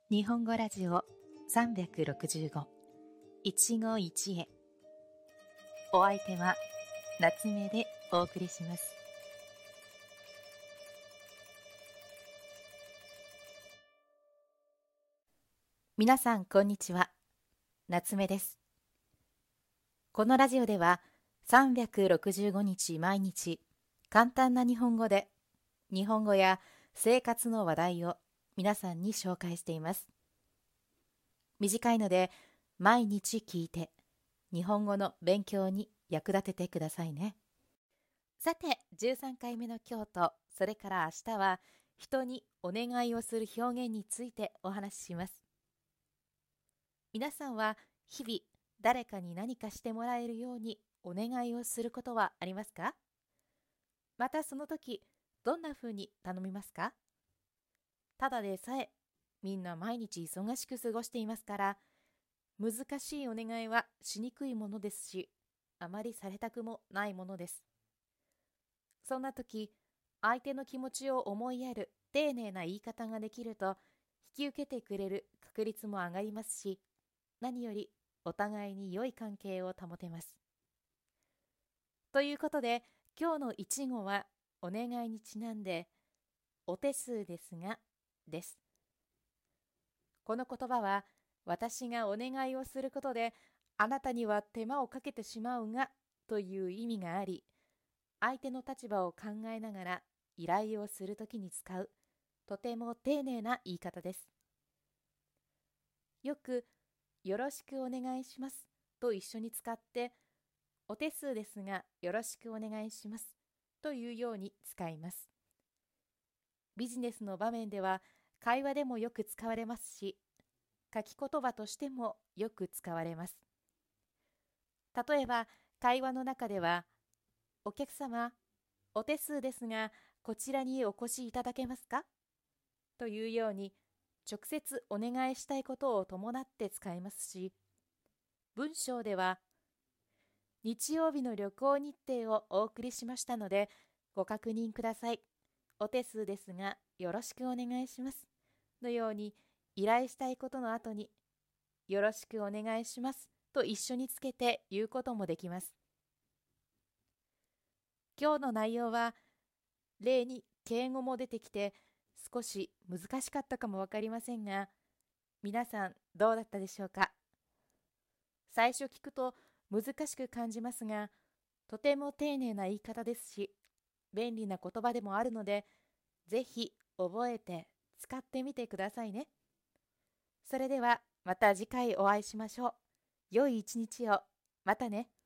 日本語ラジオ365一期一会。お相手は夏目でお送りします。皆さんこんにちは、夏目です。このラジオでは365日毎日簡単な日本語で日本語や生活の話題を皆さんに紹介しています。短いので毎日聞いて日本語の勉強に役立ててくださいね。さて、13回目の今日とそれから明日は人にお願いをする表現についてお話しします。皆さんは日々誰かに何かしてもらえるようにお願いをすることはありますか？またその時どんなふうに頼みますか？ただでさえみんな毎日忙しく過ごしていますから、難しいお願いはしにくいものですし、あまりされたくもないものです。そんな時、相手の気持ちを思いやる丁寧な言い方ができると、引き受けてくれる確率も上がりますし、何よりお互いに良い関係を保てます。ということで、今日の一語はお願いにちなんで、お手数ですが、です。この言葉は、私がお願いをすることで、あなたには手間をかけてしまうが、という意味があり、相手の立場を考えながら依頼をするときに使う、とても丁寧な言い方です。よく、よろしくお願いしますと一緒に使って、お手数ですがよろしくお願いしますというように使います。ビジネスの場面では会話でもよく使われますし、書き言葉としてもよく使われます。例えば、会話の中では、お客様、お手数ですが、こちらにお越しいただけますか？というように、直接お願いしたいことを伴って使いますし、文章では、日曜日の旅行日程をお送りしましたので、ご確認ください。お手数ですが、よろしくお願いします。のように、依頼したいことの後に、よろしくお願いしますと一緒につけて言うこともできます。今日の内容は、例に敬語も出てきて、少し難しかったかもわかりませんが、皆さんどうだったでしょうか？最初聞くと難しく感じますが、とても丁寧な言い方ですし、便利な言葉でもあるので、ぜひ覚えて使ってみてくださいね。それではまた次回お会いしましょう。良い一日を。またね。